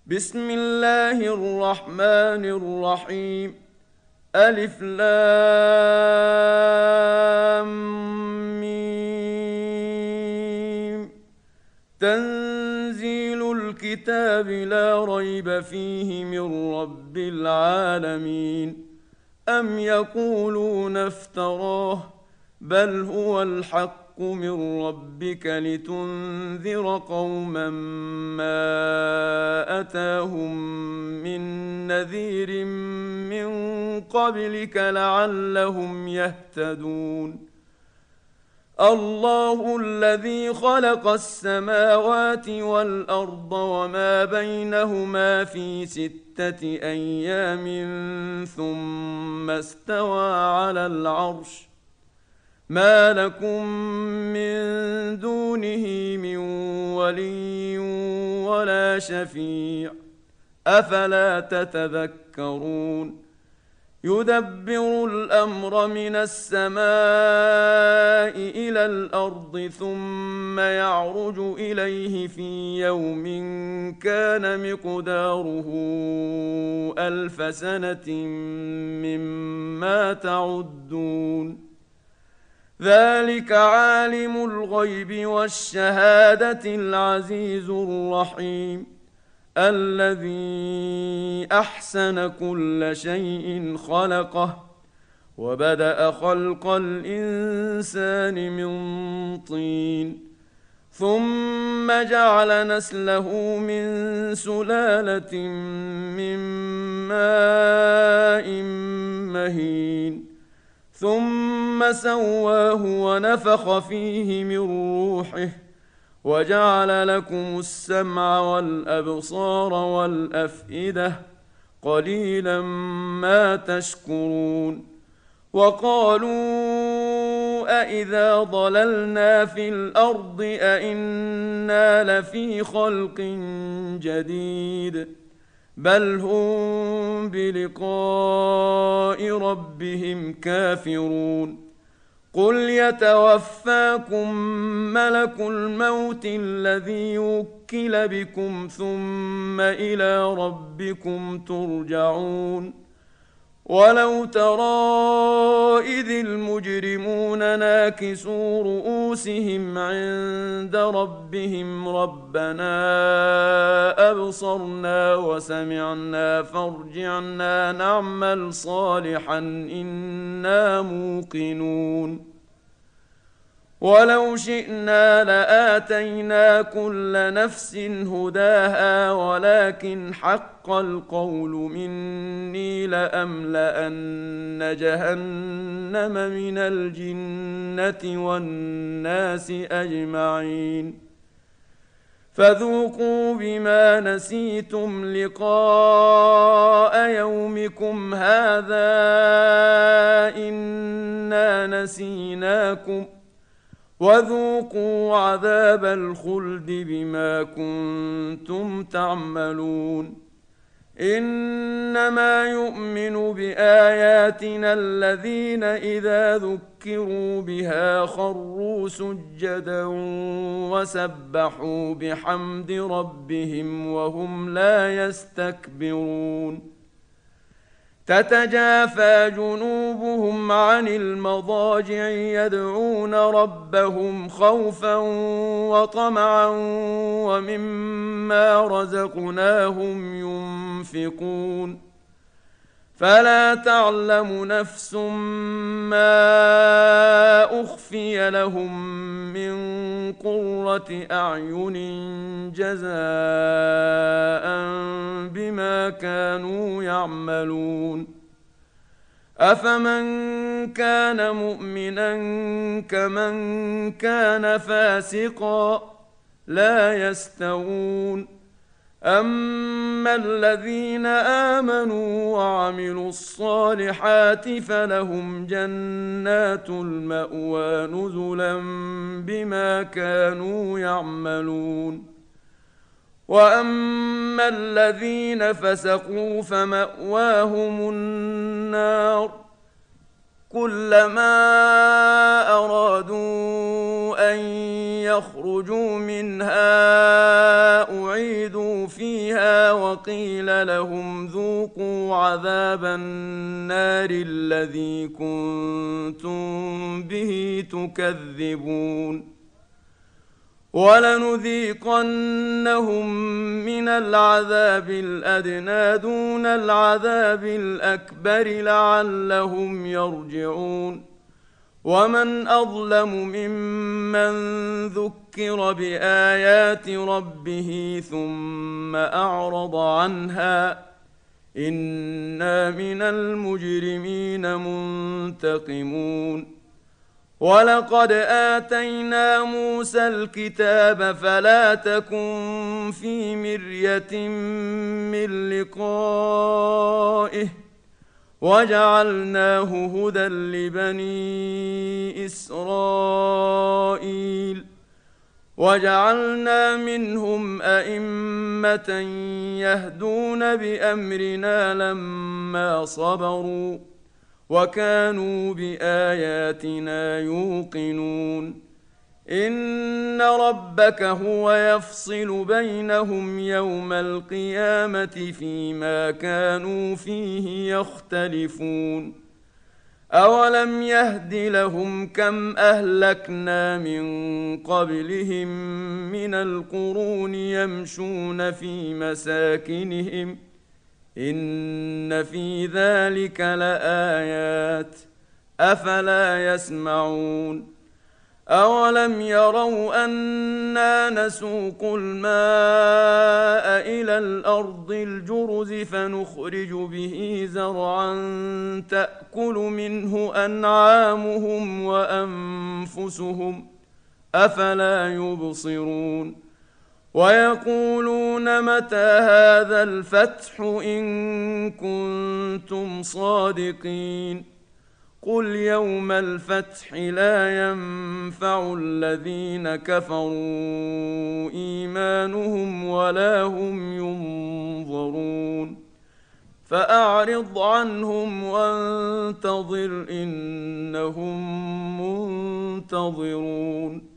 بسم الله الرحمن الرحيم. ألف لام ميم. تنزيل الكتاب لا ريب فيه من رب العالمين. أم يقولون افتراه بل هو الحق من ربك لتنذر قوما ما أتاهم من نذير من قبلك لعلهم يهتدون. الله الذي خلق السماوات والأرض وما بينهما في 6 أيام ثم استوى على العرش. ما لكم من دونه من ولي ولا شفيع أفلا تتذكرون. يدبر الأمر من السماء إلى الأرض ثم يعرج إليه في يوم كان مقداره 1000 سنة مما تعدون. ذلك عالم الغيب والشهادة العزيز الرحيم الذي أحسن كل شيء خلقه وبدأ خلق الإنسان من طين ثم جعل نسله من سلالة من ماء مهين ثم سواه ونفخ فيه من روحه وجعل لكم السمع والأبصار والأفئدة قليلا ما تشكرون. وقالوا أإذا ضللنا في الأرض أإنا لفي خلق جديد بل هم بلقاء ربهم كافرون. قل يتوفاكم ملك الموت الذي وكل بكم ثم إلى ربكم ترجعون. ولو ترى إذ المجرمون ناكسوا رؤوسهم عند ربهم ربنا أبصرنا وسمعنا فارجعنا نعمل صالحا إنا موقنون. ولو شئنا لآتينا كل نفس هداها ولكن حق القول مني لأملأن جهنم من الجنة والناس أجمعين. فذوقوا بما نسيتم لقاء يومكم هذا إنا نسيناكم وذوقوا عذاب الخلد بما كنتم تعملون. إنما يؤمن بآياتنا الذين إذا ذكروا بها خروا سجدا وسبحوا بحمد ربهم وهم لا يستكبرون. تتجافى جنوبهم عن المضاجع يدعون ربهم خوفا وطمعا ومما رزقناهم ينفقون. فلا تعلم نفس ما أخفي لهم من قرة أعين جزاء بما كانوا يعملون. أفمن كان مؤمنا كمن كان فاسقا لا يستوون. أما الذين آمنوا وعملوا الصالحات فلهم جنات المأوى نزلا بما كانوا يعملون. وأما الذين فسقوا فمأواهم النار كلما أرادوا أن يخرجوا منها أعيدوا فيها وقيل لهم ذوقوا عذاب النار الذي كنتم به تكذبون ولنذيقنهم من العذاب الأدنى دون العذاب الأكبر لعلهم يرجعون ومن أظلم ممن ذكر بآيات ربه ثم أعرض عنها إنا من المجرمين منتقمون ولقد آتينا موسى الكتاب فلا تكن في مرية من لقائه وجعلناه هدى لبني إسرائيل وجعلنا منهم أئمة يهدون بأمرنا لما صبروا وكانوا بآياتنا يوقنون إن ربك هو يفصل بينهم يوم القيامة فيما كانوا فيه يختلفون أولم يهد لهم كم أهلكنا من قبلهم من القرون يمشون في مساكنهم إن في ذلك لآيات أفلا يسمعون أولم يروا أنا نسوق الماء إلى الأرض الجرز فنخرج به زرعا تأكل منه أنعامهم وأنفسهم أفلا يبصرون ويقولون متى هذا الفتح إن كنتم صادقين قل يوم الفتح لا ينفع الذين كفروا إيمانهم ولا هم ينظرون فأعرض عنهم وانتظر إنهم منتظرون